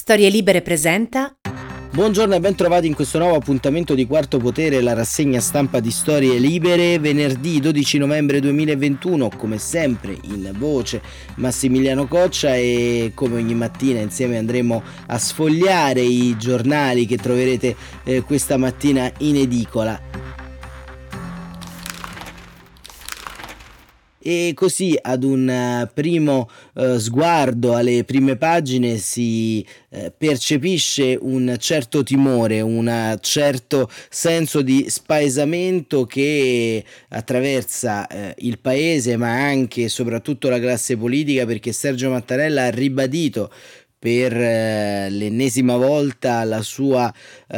Storie Libere presenta. Buongiorno e ben trovati in questo nuovo appuntamento di Quarto Potere, la rassegna stampa di Storie Libere, venerdì 12 novembre 2021, come sempre in voce Massimiliano Coccia, e come ogni mattina insieme andremo a sfogliare i giornali che troverete questa mattina in edicola. E così ad un primo sguardo alle prime pagine si percepisce un certo timore, un certo senso di spaesamento che attraversa il paese, ma anche e soprattutto la classe politica, perché Sergio Mattarella ha ribadito per l'ennesima volta la sua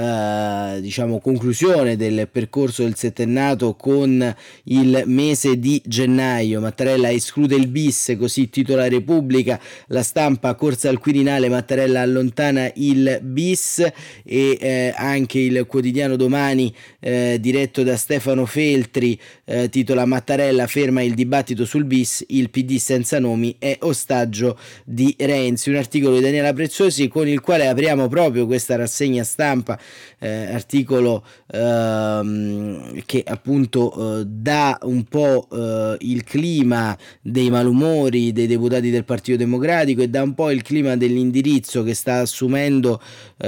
conclusione del percorso del settennato con il mese di gennaio. Mattarella esclude il bis, così titola Repubblica. La Stampa: corsa al Quirinale, Mattarella allontana il bis. E anche il quotidiano Domani, diretto da Stefano Feltri, titola Mattarella ferma il dibattito sul bis, il PD senza nomi è ostaggio di Renzi. Un articolo di Daniela Preziosi con il quale apriamo proprio questa rassegna stampa, articolo che appunto dà un po' il clima dei malumori dei deputati del Partito Democratico e dà un po' il clima dell'indirizzo che sta assumendo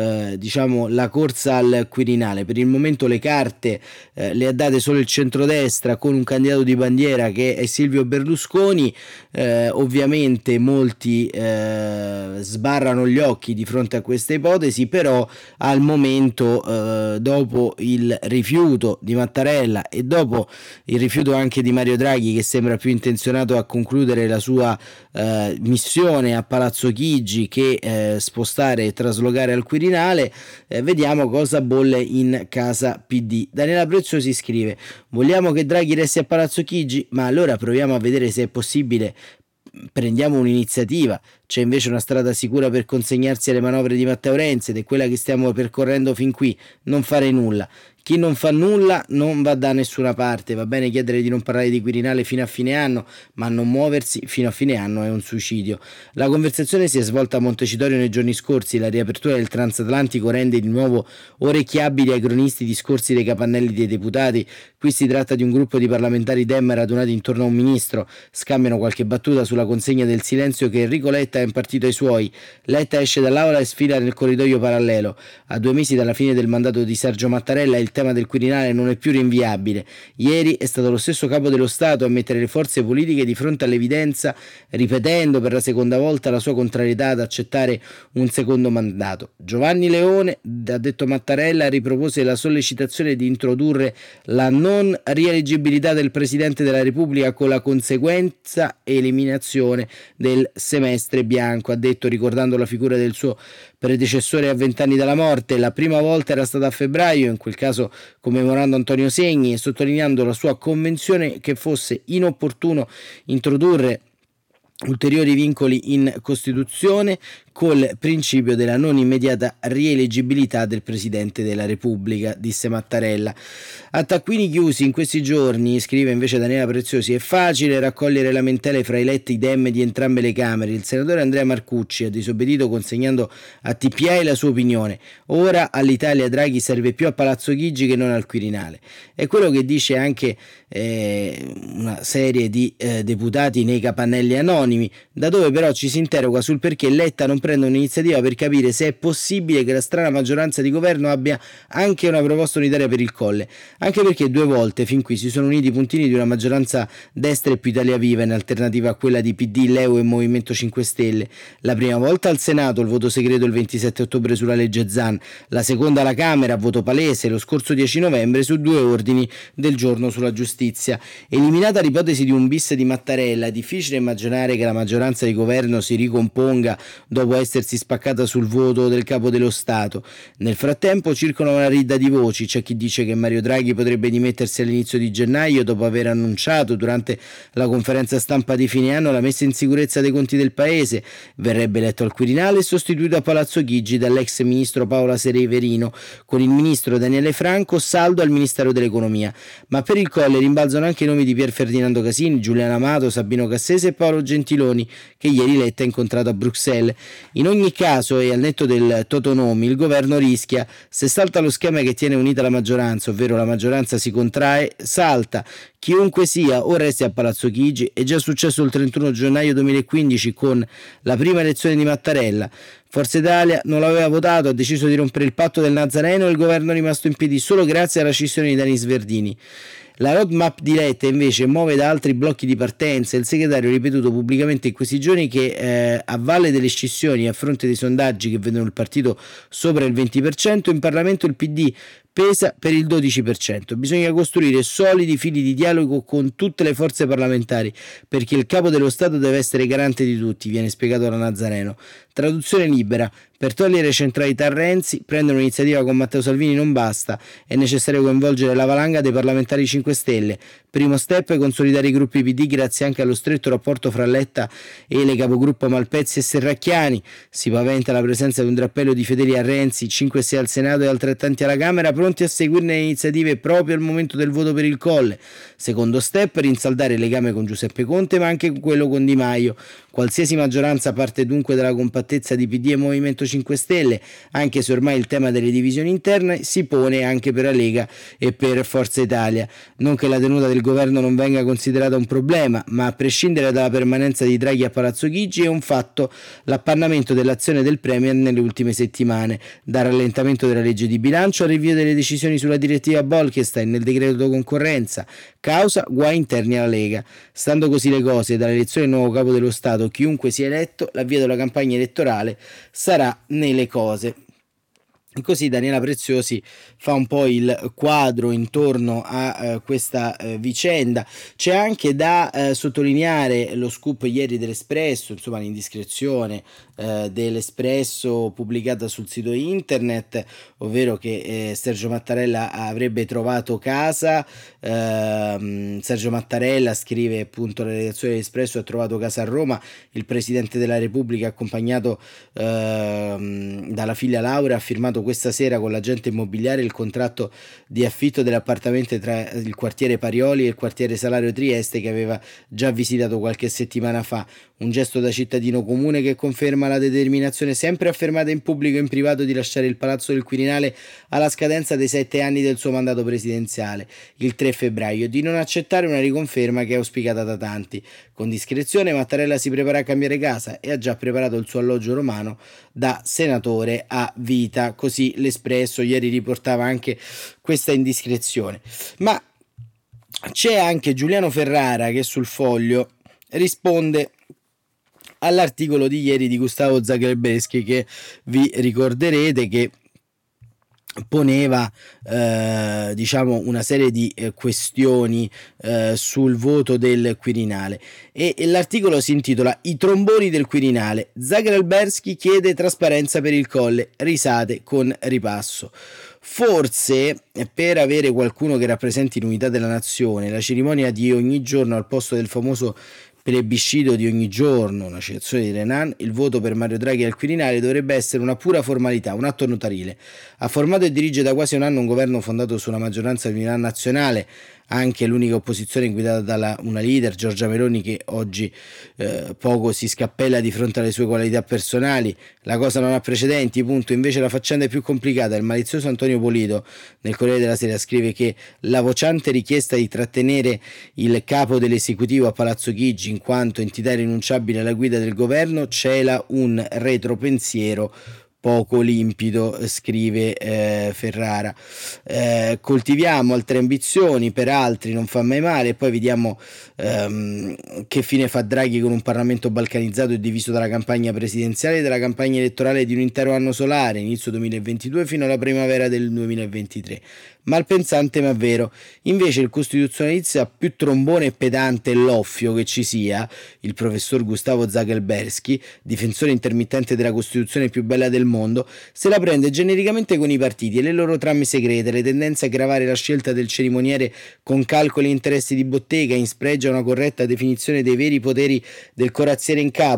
la corsa al Quirinale. Per il momento le carte le ha date solo il centrodestra, con un candidato di bandiera che è Silvio Berlusconi. Ovviamente molti sbarrano gli occhi di fronte a questa ipotesi, però al momento, dopo il rifiuto di Mattarella e dopo il rifiuto anche di Mario Draghi, che sembra più intenzionato a concludere la sua missione a Palazzo Chigi che spostare e traslocare al Quirinale, vediamo cosa bolle in casa PD. Daniela Preziosi scrive: vogliamo che Draghi resti a Palazzo Chigi? Ma allora proviamo a vedere se è possibile. Prendiamo un'iniziativa. C'è invece una strada sicura per consegnarsi alle manovre di Matteo Renzi ed è quella che stiamo percorrendo fin qui: non fare nulla. Chi non fa nulla non va da nessuna parte. Va bene chiedere di non parlare di Quirinale fino a fine anno, ma non muoversi fino a fine anno è un suicidio. La conversazione si è svolta a Montecitorio nei giorni scorsi. La riapertura del transatlantico rende di nuovo orecchiabili ai cronisti i discorsi dei capannelli dei deputati. Qui si tratta di un gruppo di parlamentari Dem radunati intorno a un ministro. Scambiano qualche battuta sulla consegna del silenzio che Enrico Letta ha impartito ai suoi. Letta esce dall'aula e sfila nel corridoio parallelo. A 2 mesi dalla fine del mandato di Sergio Mattarella il tema del Quirinale non è più rinviabile. Ieri è stato lo stesso capo dello Stato a mettere le forze politiche di fronte all'evidenza, ripetendo per la seconda volta la sua contrarietà ad accettare un secondo mandato. Giovanni Leone, ha detto Mattarella, ripropose la sollecitazione di introdurre la non rieleggibilità del Presidente della Repubblica con la conseguenza eliminazione del semestre bianco. Ha detto, ricordando la figura del suo predecessore a 20 anni dalla morte: la prima volta era stata a febbraio, in quel caso commemorando Antonio Segni, e sottolineando la sua convinzione che fosse inopportuno introdurre ulteriori vincoli in Costituzione col principio della non immediata rieleggibilità del Presidente della Repubblica, disse Mattarella. A taccuini chiusi in questi giorni, scrive invece Daniela Preziosi, è facile raccogliere lamentele fra i letti Dem di entrambe le Camere. Il senatore Andrea Marcucci ha disobbedito consegnando a TPI la sua opinione. Ora all'Italia Draghi serve più a Palazzo Chigi che non al Quirinale. È quello che dice anche una serie di deputati nei capannelli anonimi, da dove però ci si interroga sul perché Letta non prenda un'iniziativa per capire se è possibile che la strana maggioranza di governo abbia anche una proposta unitaria per il Colle, anche perché 2 volte fin qui si sono uniti i puntini di una maggioranza destra e più Italia Viva in alternativa a quella di PD, Leu e Movimento 5 Stelle. La prima volta al Senato il voto segreto il 27 ottobre sulla legge Zan, la seconda alla Camera a voto palese lo scorso 10 novembre su 2 ordini del giorno sulla giustizia. Eliminata l'ipotesi di un bis di Mattarella, è difficile immaginare che la maggioranza di governo si ricomponga dopo essersi spaccata sul voto del capo dello Stato. Nel frattempo circola una ridda di voci. C'è chi dice che Mario Draghi potrebbe dimettersi all'inizio di gennaio dopo aver annunciato durante la conferenza stampa di fine anno la messa in sicurezza dei conti del paese. Verrebbe eletto al Quirinale e sostituito a Palazzo Chigi dall'ex ministro Paola Severino, con il ministro Daniele Franco saldo al Ministero dell'Economia. Ma per il Colle rimbalzano anche i nomi di Pier Ferdinando Casini, Giuliano Amato, Sabino Cassese e Paolo Gentiloni. Gentiloni che ieri Letta ha incontrato a Bruxelles. In ogni caso, e al netto del totonomi, il governo rischia, se salta lo schema che tiene unita la maggioranza, ovvero la maggioranza si contrae, salta. Chiunque sia o resti a Palazzo Chigi, è già successo il 31 gennaio 2015 con la prima elezione di Mattarella. Forza Italia non l'aveva votato, ha deciso di rompere il patto del Nazareno e il governo è rimasto in piedi solo grazie alla scissione di Dani Sverdini. La roadmap di Letta invece muove da altri blocchi di partenza. Il segretario ha ripetuto pubblicamente in questi giorni che a valle delle scissioni e a fronte dei sondaggi che vedono il partito sopra il 20%, in Parlamento il PD pesa per il 12%. Bisogna costruire solidi fili di dialogo con tutte le forze parlamentari perché il capo dello Stato deve essere garante di tutti, viene spiegato da Nazareno. Traduzione libera: per togliere centralità a Renzi, prendere un'iniziativa con Matteo Salvini non basta, è necessario coinvolgere la valanga dei parlamentari 5 Stelle. Primo step è consolidare i gruppi PD grazie anche allo stretto rapporto fra Letta e le capogruppo Malpezzi e Serracchiani. Si paventa la presenza di un drappello di fedeli a Renzi, 5-6 al Senato e altrettanti alla Camera, pronti a seguirne le iniziative proprio al momento del voto per il Colle. Secondo step, rinsaldare il legame con Giuseppe Conte ma anche quello con Di Maio. Qualsiasi maggioranza parte dunque dalla compattezza di PD e Movimento 5 Stelle, anche se ormai il tema delle divisioni interne si pone anche per la Lega e per Forza Italia. Non che la tenuta del governo non venga considerata un problema, ma a prescindere dalla permanenza di Draghi a Palazzo Chigi è un fatto l'appannamento dell'azione del Premier nelle ultime settimane, dal rallentamento della legge di bilancio al rinvio delle decisioni sulla direttiva Bolkestein nel decreto concorrenza, causa guai interni alla Lega. Stando così le cose, dall'elezione del nuovo capo dello Stato, chiunque sia eletto, l'avvio della campagna elettorale sarà nelle cose. E così Daniela Preziosi fa un po' il quadro intorno a questa vicenda. C'è anche da sottolineare lo scoop ieri dell'Espresso, insomma l'indiscrezione dell'Espresso pubblicata sul sito internet, ovvero che Sergio Mattarella avrebbe trovato casa. Sergio Mattarella, scrive appunto la redazione dell'Espresso, ha trovato casa a Roma. Il Presidente della Repubblica, accompagnato dalla figlia Laura, ha firmato questa sera con l'agente immobiliare il contratto di affitto dell'appartamento tra il quartiere Parioli e il quartiere Salario Trieste, che aveva già visitato qualche settimana fa. Un gesto da cittadino comune che conferma la determinazione sempre affermata in pubblico e in privato di lasciare il Palazzo del Quirinale alla scadenza dei 7 anni del suo mandato presidenziale, il 3 febbraio, di non accettare una riconferma che è auspicata da tanti. Con discrezione Mattarella si prepara a cambiare casa e ha già preparato il suo alloggio romano da senatore a vita. Così l'Espresso ieri riportava anche questa indiscrezione. Ma c'è anche Giuliano Ferrara che sul Foglio risponde all'articolo di ieri di Gustavo Zagrebelsky, che vi ricorderete che poneva diciamo una serie di questioni sul voto del Quirinale, e l'articolo si intitola I tromboni del Quirinale. Zagrebelsky chiede trasparenza per il Colle, risate con ripasso. Forse per avere qualcuno che rappresenti l'unità della nazione, la cerimonia di ogni giorno al posto del famoso plebiscito di ogni giorno, una citazione di Renan, il voto per Mario Draghi al Quirinale dovrebbe essere una pura formalità, un atto notarile. Ha formato e dirige da quasi un anno un governo fondato su una maggioranza di unità nazionale, anche l'unica opposizione guidata da una leader, Giorgia Meloni, che oggi poco si scappella di fronte alle sue qualità personali. La cosa non ha precedenti, punto. Invece la faccenda è più complicata. Il malizioso Antonio Polito nel Corriere della Sera scrive che la vociante richiesta di trattenere il capo dell'esecutivo a Palazzo Chigi in quanto entità irrinunciabile alla guida del governo cela un retropensiero poco limpido, scrive Ferrara. Coltiviamo altre ambizioni, per altri non fa mai male, e poi vediamo che fine fa Draghi con un Parlamento balcanizzato e diviso dalla campagna presidenziale e dalla campagna elettorale di un intero anno solare, inizio 2022 fino alla primavera del 2023. Malpensante ma vero. Invece il costituzionalista più trombone e pedante e loffio che ci sia, il professor Gustavo Zagrebelsky, difensore intermittente della Costituzione più bella del mondo, se la prende genericamente con i partiti e le loro trame segrete, le tendenze a gravare la scelta del cerimoniere con calcoli e interessi di bottega, in spregio a una corretta definizione dei veri poteri del corazziere in capo.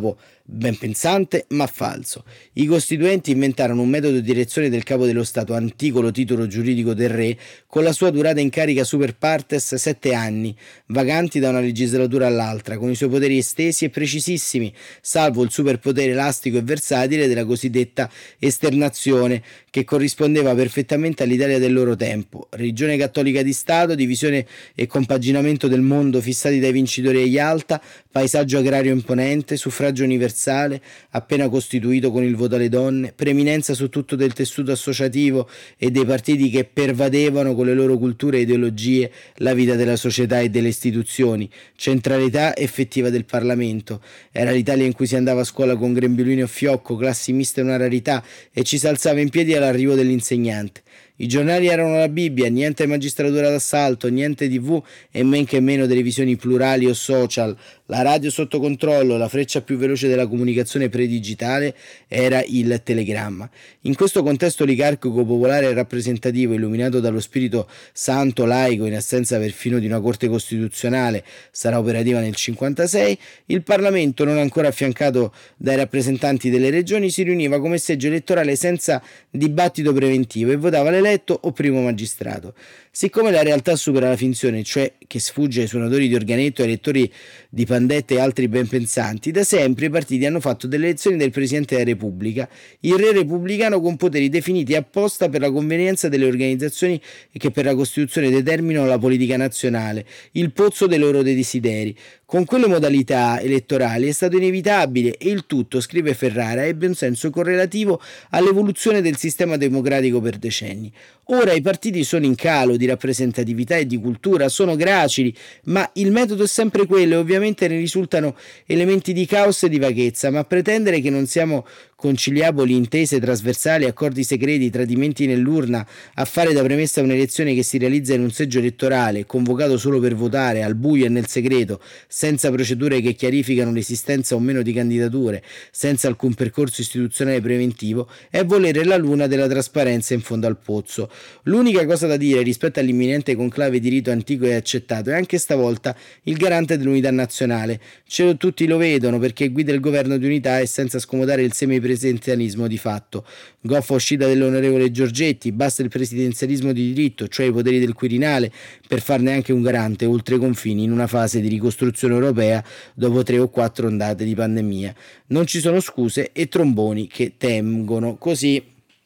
ben pensante ma falso. I costituenti inventarono un metodo di elezione del capo dello Stato, antico titolo giuridico del re, con la sua durata in carica super partes 7 anni, vaganti da una legislatura all'altra, con i suoi poteri estesi e precisissimi, salvo il superpotere elastico e versatile della cosiddetta esternazione, che corrispondeva perfettamente all'Italia del loro tempo. Religione cattolica di Stato, divisione e compaginamento del mondo fissati dai vincitori agli Alta, paesaggio agrario imponente, suffragio universale, appena costituito con il voto alle donne, preeminenza su tutto del tessuto associativo e dei partiti che pervadevano con le loro culture e ideologie la vita della società e delle istituzioni, centralità effettiva del Parlamento. Era l'Italia in cui si andava a scuola con grembiulino a fiocco, classi miste una rarità, e ci si alzava in piedi all'arrivo dell'insegnante. I giornali erano la Bibbia, niente magistratura d'assalto, niente TV e men che meno televisioni plurali o social. La radio sotto controllo, la freccia più veloce della comunicazione predigitale era il telegramma. In questo contesto oligarchico popolare e rappresentativo, illuminato dallo spirito santo laico, in assenza perfino di una corte costituzionale, sarà operativa nel 1956, il Parlamento, non ancora affiancato dai rappresentanti delle regioni, si riuniva come seggio elettorale senza dibattito preventivo e votava l'eletto o primo magistrato. Siccome la realtà supera la finzione, cioè che sfugge ai suonatori di organetto, ai lettori di pandette e altri ben pensanti, da sempre i partiti hanno fatto delle elezioni del Presidente della Repubblica, il re repubblicano, con poteri definiti apposta per la convenienza delle organizzazioni che per la Costituzione determinano la politica nazionale, il pozzo dei loro desideri. Con quelle modalità elettorali è stato inevitabile e il tutto, scrive Ferrara, ebbe un senso correlativo all'evoluzione del sistema democratico per decenni. Ora i partiti sono in calo di rappresentatività e di cultura, sono gracili, ma il metodo è sempre quello e ovviamente ne risultano elementi di caos e di vaghezza, ma pretendere che non siamo conciliabili intese trasversali, accordi segreti, tradimenti nell'urna, a fare da premessa un'elezione che si realizza in un seggio elettorale, convocato solo per votare, al buio e nel segreto, senza procedure che chiarificano l'esistenza o meno di candidature, senza alcun percorso istituzionale preventivo, è volere la luna della trasparenza in fondo al pozzo. L'unica cosa da dire rispetto all'imminente conclave di rito antico e accettato è anche stavolta il garante dell'unità nazionale. Tutti lo vedono perché guida il governo di unità e senza scomodare il semipresidenzialismo di fatto. Goffa uscita dell'onorevole Giorgetti, basta il presidenzialismo di diritto, cioè i poteri del Quirinale, per farne anche un garante oltre i confini in una fase di ricostruzione europea dopo 3 o 4 ondate di pandemia. Non ci sono scuse e tromboni che tengono. Così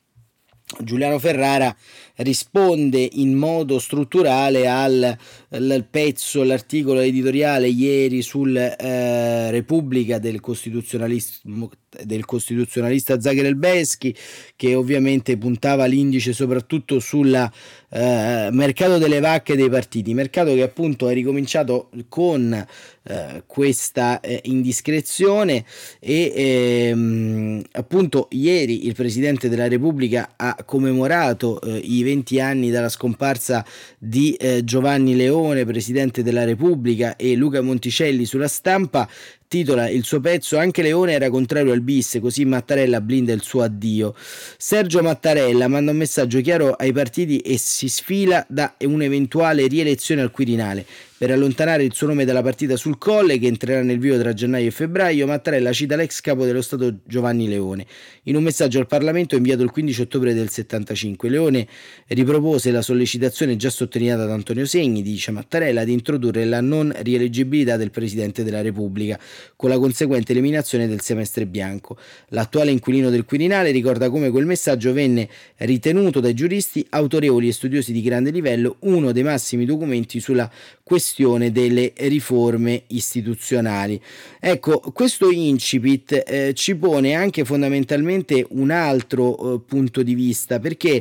Giuliano Ferrara risponde in modo strutturale al pezzo, l'articolo editoriale ieri sul Repubblica del costituzionalista Zagrebelsky, che ovviamente puntava l'indice soprattutto sul mercato delle vacche dei partiti, mercato che appunto è ricominciato con questa indiscrezione e appunto ieri il Presidente della Repubblica ha commemorato i 20 anni dalla scomparsa di Giovanni Leone, Presidente della Repubblica, e Luca Monticelli sulla Stampa titola il suo pezzo "Anche Leone era contrario al bis, così Mattarella blinda il suo addio". Sergio Mattarella manda un messaggio chiaro ai partiti e si sfila da un'eventuale rielezione al Quirinale. Per allontanare il suo nome dalla partita sul Colle, che entrerà nel vivo tra gennaio e febbraio, Mattarella cita l'ex capo dello Stato Giovanni Leone. In un messaggio al Parlamento inviato il 15 ottobre del 75, Leone ripropose la sollecitazione già sottolineata da Antonio Segni, dice Mattarella, di introdurre la non rieleggibilità del Presidente della Repubblica, con la conseguente eliminazione del semestre bianco. L'attuale inquilino del Quirinale ricorda come quel messaggio venne ritenuto dai giuristi autorevoli e studiosi di grande livello uno dei massimi documenti sulla questione delle riforme istituzionali. Ecco, questo incipit ci pone anche fondamentalmente un altro punto di vista, perché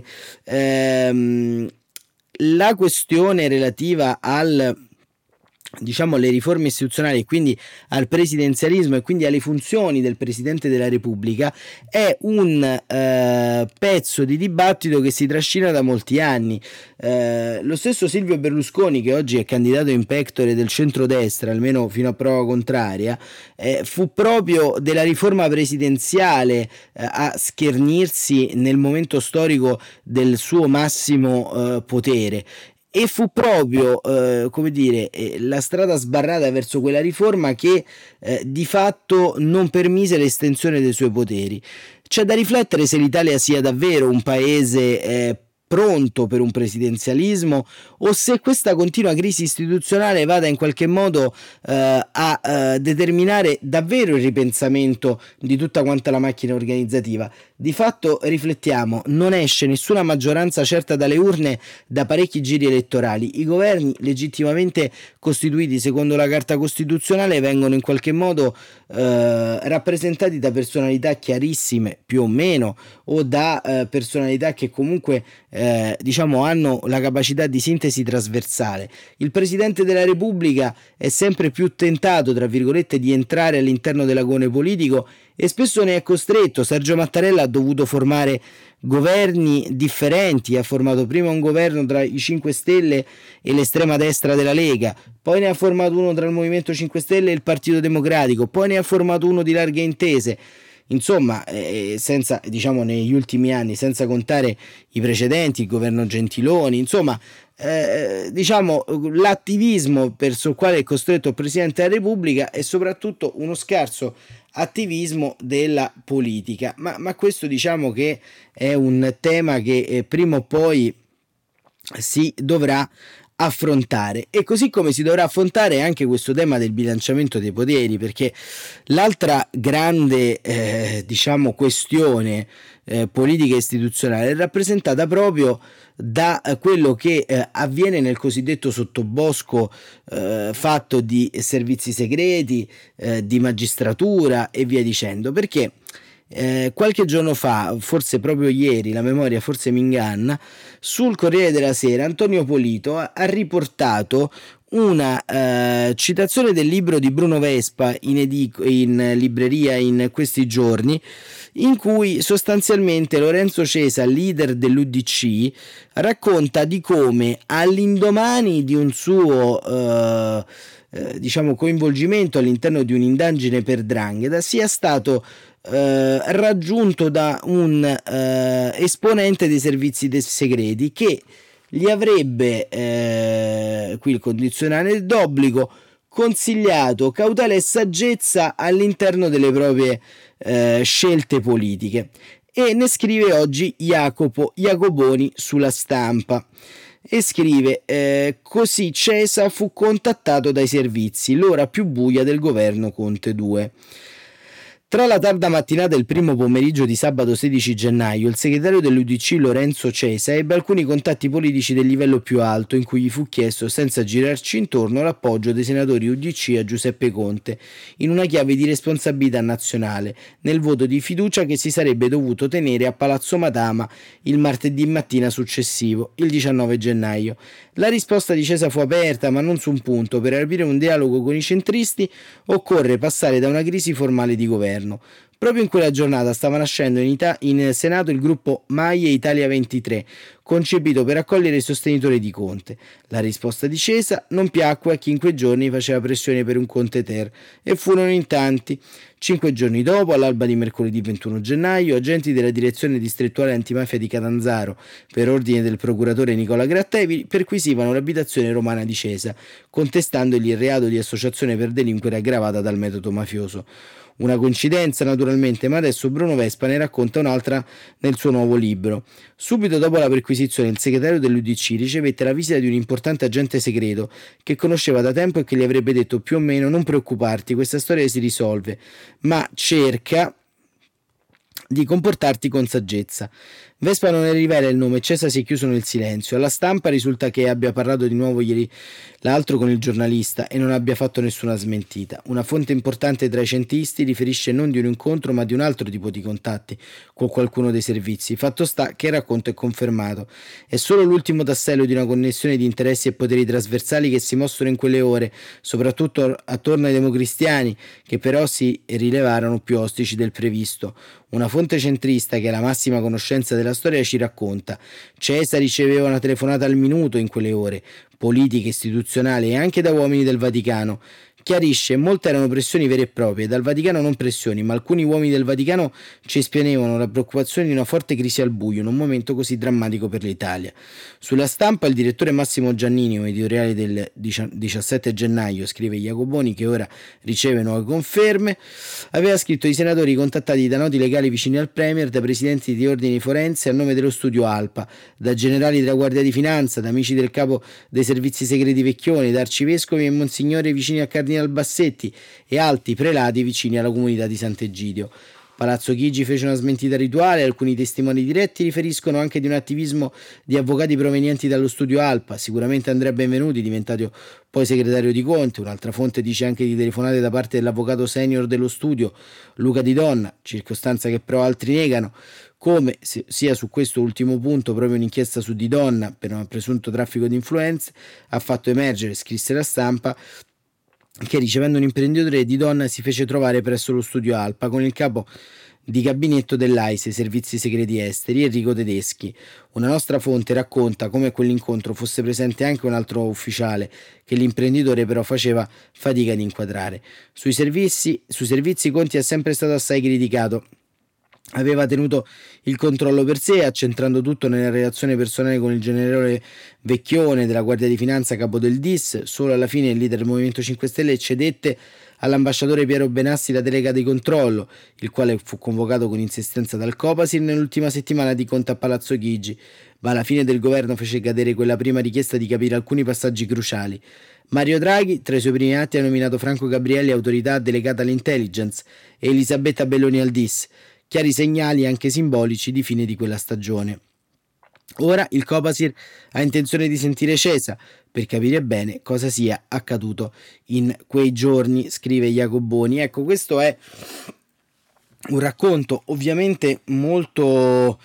la questione relativa al alle riforme istituzionali e quindi al presidenzialismo e quindi alle funzioni del Presidente della Repubblica è un pezzo di dibattito che si trascina da molti anni. Lo stesso Silvio Berlusconi, che oggi è candidato in pectore del centrodestra, almeno fino a prova contraria, fu proprio della riforma presidenziale a schernirsi nel momento storico del suo massimo potere. e fu proprio la strada sbarrata verso quella riforma che di fatto non permise l'estensione dei suoi poteri. C'è da riflettere se l'Italia sia davvero un paese pronto per un presidenzialismo o se questa continua crisi istituzionale vada in qualche modo a determinare davvero il ripensamento di tutta quanta la macchina organizzativa. Di fatto, riflettiamo, non esce nessuna maggioranza certa dalle urne da parecchi giri elettorali. I governi legittimamente costituiti secondo la Carta Costituzionale vengono in qualche modo rappresentati da personalità chiarissime, più o meno, o da personalità che comunque hanno la capacità di sintesi trasversale. Il Presidente della Repubblica è sempre più tentato, tra virgolette, di entrare all'interno dell'agone politico e spesso ne è costretto. Sergio Mattarella ha dovuto formare governi differenti, ha formato prima un governo tra i 5 Stelle e l'estrema destra della Lega, poi ne ha formato uno tra il Movimento 5 Stelle e il Partito Democratico, poi ne ha formato uno di larghe intese. Insomma, senza, negli ultimi anni, senza contare i precedenti, il governo Gentiloni, insomma, l'attivismo verso il quale è costretto il Presidente della Repubblica è soprattutto uno scarso attivismo della politica, ma questo che è un tema che prima o poi si dovrà affrontare, e così come si dovrà affrontare anche questo tema del bilanciamento dei poteri, perché l'altra grande questione politica e istituzionale è rappresentata proprio da quello che avviene nel cosiddetto sottobosco fatto di servizi segreti, di magistratura e via dicendo, perché qualche giorno fa, forse proprio ieri, la memoria forse mi inganna, sul Corriere della Sera Antonio Polito ha riportato una citazione del libro di Bruno Vespa in libreria in questi giorni, in cui sostanzialmente Lorenzo Cesa, leader dell'UDC, racconta di come all'indomani di un suo coinvolgimento all'interno di un'indagine per 'ndrangheta sia stato raggiunto da un esponente dei servizi segreti che gli avrebbe, qui il condizionale d'obbligo, consigliato cautela e saggezza all'interno delle proprie scelte politiche, e ne scrive oggi Jacopo Jacoboni sulla Stampa e scrive così Cesa fu contattato dai servizi, l'ora più buia del governo Conte 2. Tra la tarda mattinata e il primo pomeriggio di sabato 16 gennaio, il segretario dell'UDC Lorenzo Cesa ebbe alcuni contatti politici del livello più alto, in cui gli fu chiesto, senza girarci intorno, l'appoggio dei senatori UDC a Giuseppe Conte, in una chiave di responsabilità nazionale, nel voto di fiducia che si sarebbe dovuto tenere a Palazzo Madama il martedì mattina successivo, il 19 gennaio. La risposta di Cesa fu aperta, ma non su un punto: per aprire un dialogo con i centristi occorre passare da una crisi formale di governo. Proprio in quella giornata stava nascendo in Senato il gruppo Maie Italia 23, concepito per accogliere i sostenitori di Conte. La risposta di Cesa non piacque a chi in quei giorni faceva pressione per un Conte ter, e furono in tanti. 5 giorni dopo, all'alba di mercoledì 21 gennaio, agenti della direzione distrettuale antimafia di Catanzaro, per ordine del procuratore Nicola Grattevi, perquisivano l'abitazione romana di Cesa, contestandogli il reato di associazione per delinquere aggravata dal metodo mafioso. Una coincidenza naturalmente, ma adesso Bruno Vespa ne racconta un'altra nel suo nuovo libro. Subito dopo la perquisizione, il segretario dell'UDC ricevette la visita di un importante agente segreto che conosceva da tempo e che gli avrebbe detto più o meno: non preoccuparti, questa storia si risolve, ma cerca di comportarti con saggezza. Vespa non ne rivela il nome, Cesa si è chiuso nel silenzio. Alla Stampa risulta che abbia parlato di nuovo ieri l'altro con il giornalista e non abbia fatto nessuna smentita. Una fonte importante tra i centisti riferisce non di un incontro ma di un altro tipo di contatti con qualcuno dei servizi. Fatto sta che il racconto è confermato. È solo l'ultimo tassello di una connessione di interessi e poteri trasversali che si mostrano in quelle ore, soprattutto attorno ai democristiani, che però si rilevarono più ostici del previsto. Una fonte centrista che ha la massima conoscenza della storia ci racconta: Cesa riceveva una telefonata al minuto in quelle ore, politica, istituzionale e anche da uomini del Vaticano, chiarisce: molte erano pressioni vere e proprie, dal Vaticano non pressioni, ma alcuni uomini del Vaticano ci esponevano la preoccupazione di una forte crisi al buio in un momento così drammatico per l'Italia. Sulla Stampa il direttore Massimo Giannini, un editoriale del 17 gennaio, scrive Jacoboni, che ora riceve nuove conferme, aveva scritto: i senatori contattati da noti legali vicini al Premier, da presidenti di ordini forensi a nome dello studio Alpa, da generali della Guardia di Finanza, da amici del capo dei servizi segreti Vecchioni, da arcivescovi e monsignori vicini a Cardinal Bassetti e alti prelati vicini alla comunità di Sant'Egidio. Palazzo Chigi fece una smentita rituale, alcuni testimoni diretti riferiscono anche di un attivismo di avvocati provenienti dallo studio Alpa, sicuramente Andrea Benvenuti, diventato poi segretario di Conte. Un'altra fonte dice anche di telefonate da parte dell'avvocato senior dello studio, Luca Di Donna, circostanza che però altri negano. Come sia su questo ultimo punto proprio un'inchiesta su Di Donna per un presunto traffico di influenze ha fatto emergere, scrisse la Stampa, che ricevendo un imprenditore Di Donna si fece trovare presso lo studio Alpa con il capo di gabinetto dell'AISE, Servizi Segreti Esteri, Enrico Tedeschi. Una nostra fonte racconta come a quell'incontro fosse presente anche un altro ufficiale che l'imprenditore però faceva fatica ad inquadrare. Sui servizi Conti è sempre stato assai criticato. Aveva tenuto il controllo per sé, accentrando tutto nella relazione personale con il generale Vecchione della Guardia di Finanza, capo del DIS. Solo alla fine il leader del Movimento 5 Stelle cedette all'ambasciatore Piero Benassi la delega di controllo, il quale fu convocato con insistenza dal Copasir nell'ultima settimana di Conte a Palazzo Chigi, ma alla fine del governo fece cadere quella prima richiesta di capire alcuni passaggi cruciali. Mario Draghi, tra i suoi primi atti, ha nominato Franco Gabrielli autorità delegata all'intelligence e Elisabetta Belloni al DIS, chiari segnali anche simbolici di fine di quella stagione. Ora il Copasir ha intenzione di sentire Cesa per capire bene cosa sia accaduto in quei giorni, scrive Jacoboni. Ecco, questo è un racconto ovviamente molto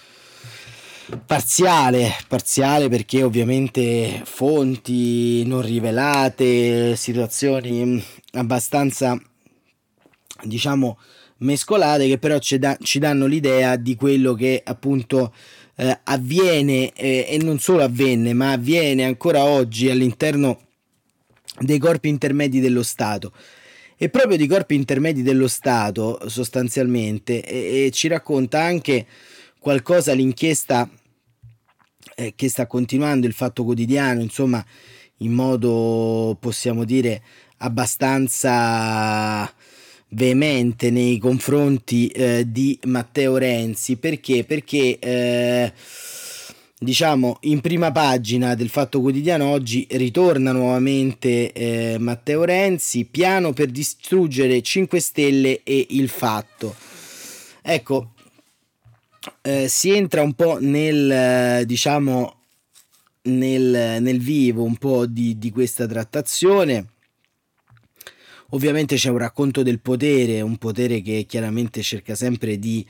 parziale perché ovviamente fonti non rivelate, situazioni abbastanza, diciamo, mescolate, che però ci danno l'idea di quello che appunto avviene e non solo avvenne, ma avviene ancora oggi all'interno dei corpi intermedi dello Stato. E proprio di corpi intermedi dello Stato sostanzialmente ci racconta anche qualcosa l'inchiesta che sta continuando il Fatto Quotidiano, insomma, in modo, possiamo dire, abbastanza veemente nei confronti di Matteo Renzi. Perché diciamo in prima pagina del Fatto Quotidiano oggi ritorna nuovamente Matteo Renzi: piano per distruggere 5 Stelle e il Fatto. Ecco, si entra un po' nel diciamo nel vivo un po' di questa trattazione. Ovviamente c'è un racconto del potere, un potere che chiaramente cerca sempre di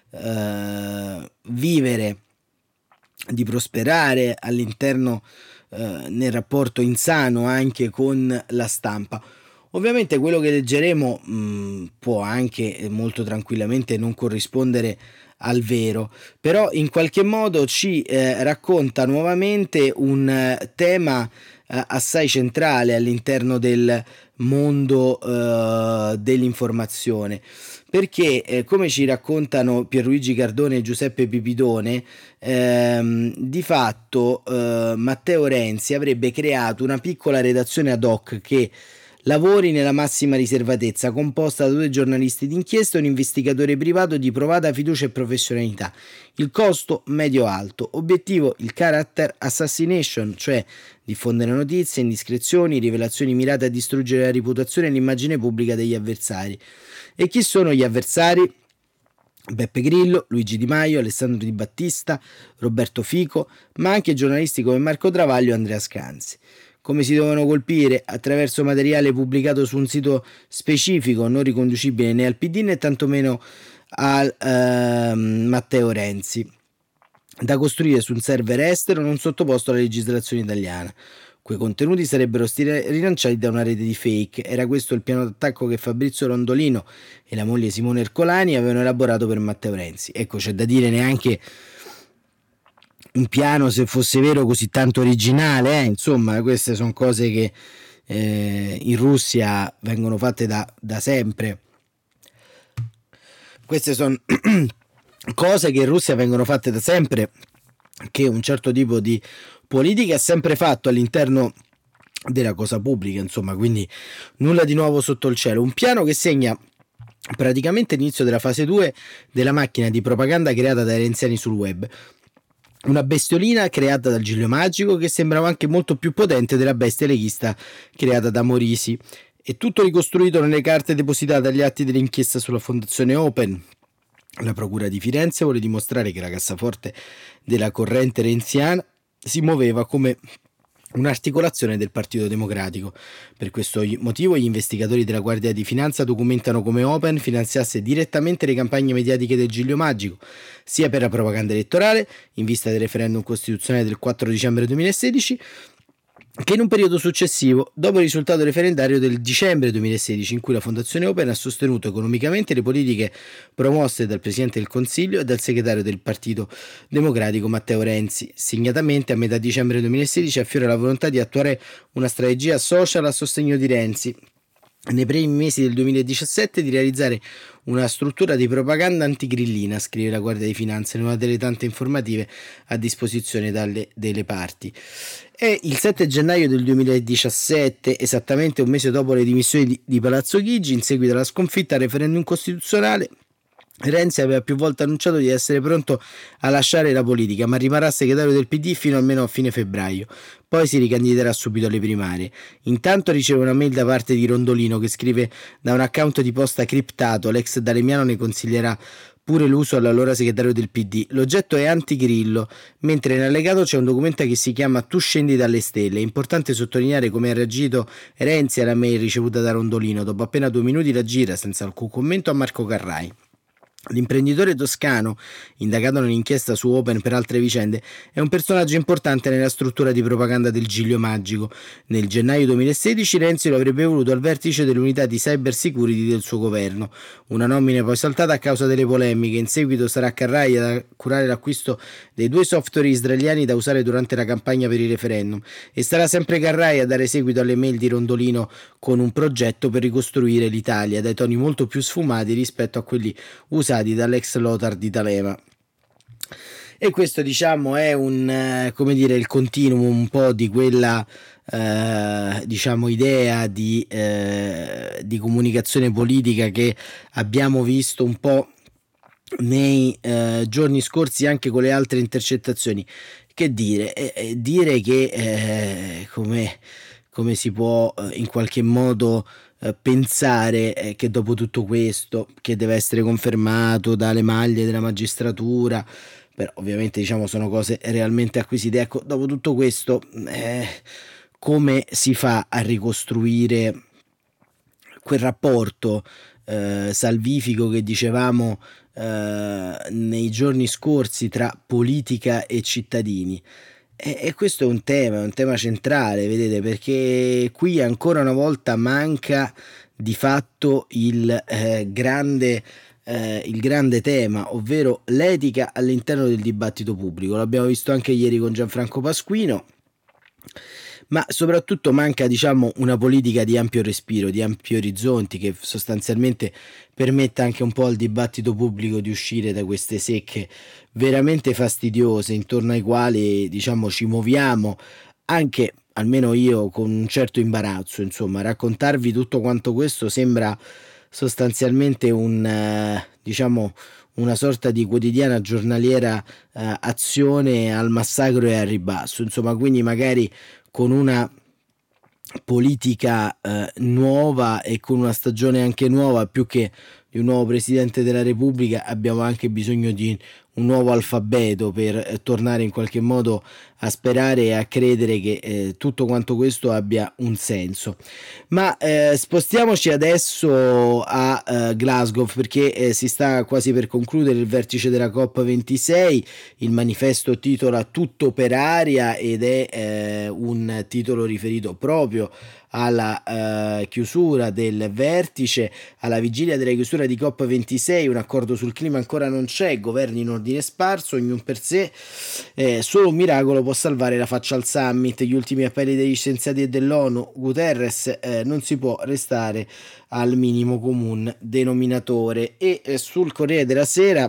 vivere, di prosperare all'interno nel rapporto insano anche con la stampa. Ovviamente quello che leggeremo può anche molto tranquillamente non corrispondere al vero, però in qualche modo ci racconta nuovamente un tema assai centrale all'interno del mondo dell'informazione, perché come ci raccontano Pierluigi Cardone e Giuseppe Pipitone, di fatto Matteo Renzi avrebbe creato una piccola redazione ad hoc che lavori nella massima riservatezza, composta da 2 giornalisti d'inchiesta e un investigatore privato di provata fiducia e professionalità. Il costo medio-alto. Obiettivo: il character assassination, cioè diffondere notizie, indiscrezioni, rivelazioni mirate a distruggere la reputazione e l'immagine pubblica degli avversari. E chi sono gli avversari? Beppe Grillo, Luigi Di Maio, Alessandro Di Battista, Roberto Fico, ma anche giornalisti come Marco Travaglio e Andrea Scanzi. Come si devono colpire? Attraverso materiale pubblicato su un sito specifico, non riconducibile né al PD né tantomeno al Matteo Renzi, da costruire su un server estero non sottoposto alla legislazione italiana. Quei contenuti sarebbero rilanciati da una rete di fake. Era questo il piano d'attacco che Fabrizio Rondolino e la moglie Simone Ercolani avevano elaborato per Matteo Renzi. Ecco, c'è da dire, neanche un piano, se fosse vero, così tanto originale, insomma, queste sono cose che in Russia vengono fatte da sempre. Queste sono cose che in Russia vengono fatte da sempre, che un certo tipo di politica ha sempre fatto all'interno della cosa pubblica, insomma, quindi nulla di nuovo sotto il cielo. Un piano che segna praticamente l'inizio della fase 2 della macchina di propaganda creata dai renziani sul web. Una bestiolina creata dal Giglio Magico che sembrava anche molto più potente della bestia leghista creata da Morisi. È tutto ricostruito nelle carte depositate agli atti dell'inchiesta sulla Fondazione Open. La Procura di Firenze vuole dimostrare che la cassaforte della corrente renziana si muoveva come un'articolazione del Partito Democratico. Per questo motivo gli investigatori della Guardia di Finanza documentano come Open finanziasse direttamente le campagne mediatiche del Giglio Magico, sia per la propaganda elettorale, in vista del referendum costituzionale del 4 dicembre 2016, che in un periodo successivo, dopo il risultato referendario del dicembre 2016, in cui la Fondazione Open ha sostenuto economicamente le politiche promosse dal Presidente del Consiglio e dal segretario del Partito Democratico Matteo Renzi. Segnatamente a metà dicembre 2016 affiora la volontà di attuare una strategia social a sostegno di Renzi, nei primi mesi del 2017 di realizzare una struttura di propaganda antigrillina, scrive la Guardia di Finanza in una delle tante informative a disposizione delle parti. E il 7 gennaio del 2017, esattamente un mese dopo le dimissioni di Palazzo Chigi, in seguito alla sconfitta al referendum costituzionale, Renzi aveva più volte annunciato di essere pronto a lasciare la politica, ma rimarrà segretario del PD fino almeno a fine febbraio. Poi si ricandiderà subito alle primarie. Intanto riceve una mail da parte di Rondolino che scrive da un account di posta criptato. L'ex D'Alemiano ne consiglierà pure l'uso all'allora segretario del PD. L'oggetto è antigrillo, mentre nell'allegato c'è un documento che si chiama Tu scendi dalle stelle. È importante sottolineare come ha reagito Renzi alla mail ricevuta da Rondolino. Dopo appena 2 minuti la gira, senza alcun commento, a Marco Carrai. L'imprenditore toscano, indagato nell'inchiesta su Open per altre vicende, è un personaggio importante nella struttura di propaganda del Giglio Magico. Nel gennaio 2016 Renzi lo avrebbe voluto al vertice dell'unità di cyber security del suo governo, una nomina poi saltata a causa delle polemiche. In seguito sarà Carrai a curare l'acquisto dei 2 software israeliani da usare durante la campagna per il referendum, e sarà sempre Carrai a dare seguito alle mail di Rondolino con un progetto per ricostruire l'Italia dai toni molto più sfumati rispetto a quelli usati dall'ex Lothar di D'Alema. E questo, diciamo, è un come dire, il continuum un po' di quella diciamo idea di comunicazione politica che abbiamo visto un po' nei giorni scorsi anche con le altre intercettazioni. Che dire? Dire che come si può in qualche modo pensare che dopo tutto questo, che deve essere confermato dalle maglie della magistratura, però ovviamente diciamo sono cose realmente acquisite, ecco, dopo tutto questo come si fa a ricostruire quel rapporto salvifico che dicevamo nei giorni scorsi tra politica e cittadini? E questo è un tema centrale, vedete, perché qui ancora una volta manca di fatto il grande tema, ovvero l'etica all'interno del dibattito pubblico. L'abbiamo visto anche ieri con Gianfranco Pasquino, ma soprattutto manca, diciamo, una politica di ampio respiro, di ampi orizzonti, che sostanzialmente permetta anche un po' al dibattito pubblico di uscire da queste secche veramente fastidiose intorno ai quali, diciamo, ci muoviamo, anche almeno io con un certo imbarazzo. Insomma, raccontarvi tutto quanto questo sembra sostanzialmente diciamo una sorta di quotidiana giornaliera azione al massacro e al ribasso, insomma, quindi magari con una politica nuova e con una stagione anche nuova, più che di un nuovo Presidente della Repubblica abbiamo anche bisogno di un nuovo alfabeto per tornare in qualche modo a sperare e a credere che tutto quanto questo abbia un senso. Ma spostiamoci adesso a Glasgow, perché si sta quasi per concludere il vertice della COP26. Il manifesto titola Tutto per aria ed è un titolo riferito proprio alla chiusura del vertice, alla vigilia della chiusura di COP26. Un accordo sul clima ancora non c'è, governi ordine sparso, ognuno per sé, solo un miracolo può salvare la faccia al summit. Gli ultimi appelli degli scienziati e dell'ONU, Guterres, non si può restare al minimo comune denominatore. E sul Corriere della Sera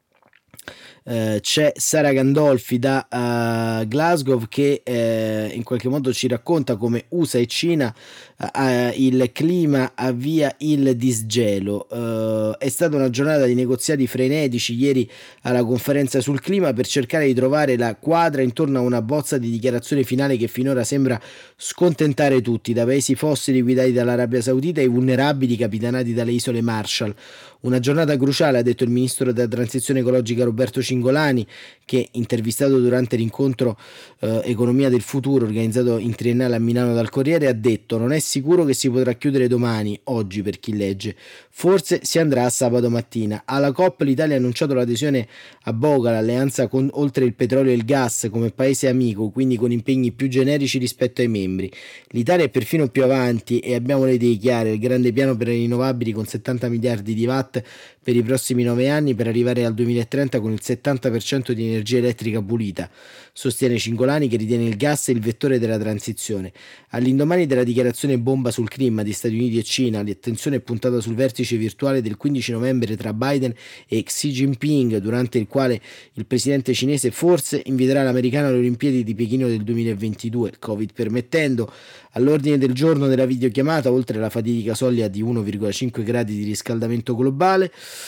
c'è Sara Gandolfi da Glasgow che in qualche modo ci racconta come USA e Cina il clima avvia il disgelo. È stata una giornata di negoziati frenetici ieri alla conferenza sul clima per cercare di trovare la quadra intorno a una bozza di dichiarazione finale che finora sembra scontentare tutti, da paesi fossili guidati dall'Arabia Saudita ai vulnerabili capitanati dalle isole Marshall. Una giornata cruciale, ha detto il ministro della transizione ecologica Roberto Cingolani, che, intervistato durante l'incontro Economia del futuro organizzato in triennale a Milano dal Corriere, ha detto: non è sicuro che si potrà chiudere domani, oggi per chi legge, forse si andrà a sabato mattina. Alla COP l'Italia ha annunciato l'adesione a Boga, l'alleanza con oltre il petrolio e il gas, come paese amico, quindi con impegni più generici rispetto ai membri. L'Italia è perfino più avanti e abbiamo le idee chiare: il grande piano per le rinnovabili con 70 miliardi di watt per i prossimi 9 anni per arrivare al 2030 con il 70% di energia elettrica pulita, sostiene Cingolani, che ritiene il gas il vettore della transizione. All'indomani della dichiarazione bomba sul clima di Stati Uniti e Cina, l'attenzione è puntata sul vertice virtuale del 15 novembre tra Biden e Xi Jinping, durante il quale il presidente cinese forse inviterà l'americano alle Olimpiadi di Pechino del 2022, Covid permettendo. All'ordine del giorno della videochiamata, oltre alla fatidica soglia di 1,5 gradi di riscaldamento globale,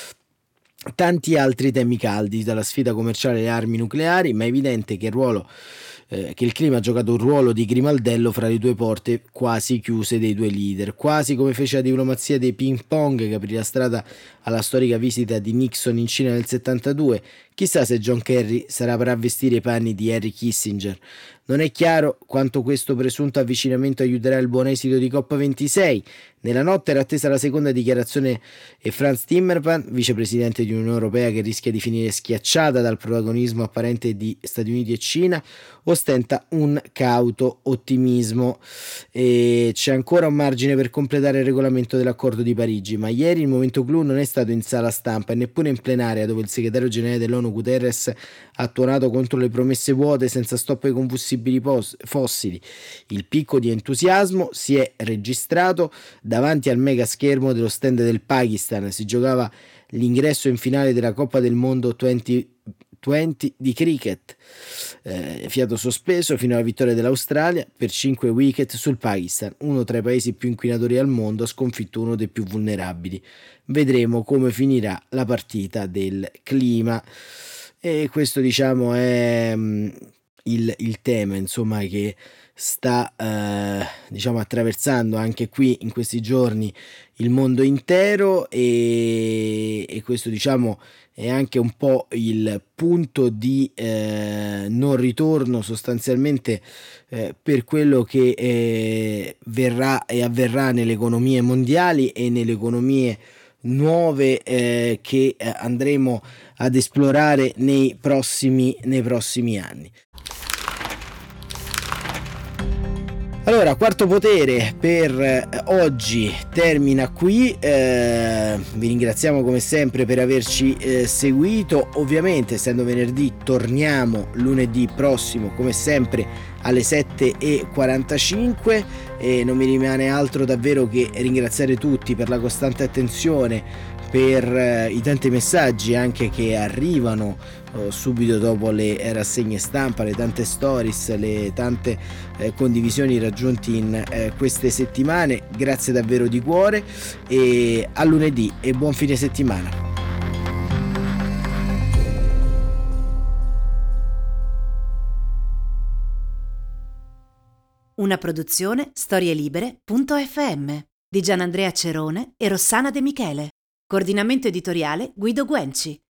tanti altri temi caldi, dalla sfida commerciale alle armi nucleari, ma è evidente che il clima ha giocato un ruolo di grimaldello fra le due porte quasi chiuse dei due leader, quasi come fece la diplomazia dei ping pong che aprì la strada alla storica visita di Nixon in Cina nel 72. Chissà se John Kerry saprà vestire i panni di Henry Kissinger. Non è chiaro quanto questo presunto avvicinamento aiuterà il buon esito di COP26. Nella notte era attesa la seconda dichiarazione e Franz Timmermans, vicepresidente di Unione Europea, che rischia di finire schiacciata dal protagonismo apparente di Stati Uniti e Cina, ostenta un cauto ottimismo. E c'è ancora un margine per completare il regolamento dell'accordo di Parigi, ma ieri il momento clou non è stato in sala stampa e neppure in plenaria, dove il segretario generale dell'ONU Guterres ha tuonato contro le promesse vuote senza stop ai combustibili fossili. Il picco di entusiasmo si è registrato davanti al mega schermo dello stand del Pakistan. Si giocava l'ingresso in finale della Coppa del Mondo 2020 di cricket. Fiato sospeso fino alla vittoria dell'Australia per 5 wicket sul Pakistan, uno tra i paesi più inquinatori al mondo, ha sconfitto uno dei più vulnerabili. Vedremo come finirà la partita del clima. E questo, diciamo, è il tema, insomma, che sta diciamo attraversando anche qui in questi giorni il mondo intero, e questo, diciamo, è anche un po' il punto di non ritorno sostanzialmente per quello che verrà e avverrà nelle economie mondiali e nelle economie nuove che andremo ad esplorare nei prossimi anni. Allora, Quarto Potere per oggi termina qui. Vi ringraziamo come sempre per averci seguito. Ovviamente, essendo venerdì, torniamo lunedì prossimo come sempre alle 7:45 e non mi rimane altro davvero che ringraziare tutti per la costante attenzione, per i tanti messaggi anche che arrivano subito dopo le rassegne stampa, le tante stories, le tante condivisioni raggiunti in queste settimane. Grazie davvero di cuore, e a lunedì e buon fine settimana. Una produzione storielibere.fm di Gianandrea Cerone e Rossana De Michele. Coordinamento editoriale Guido Guenci.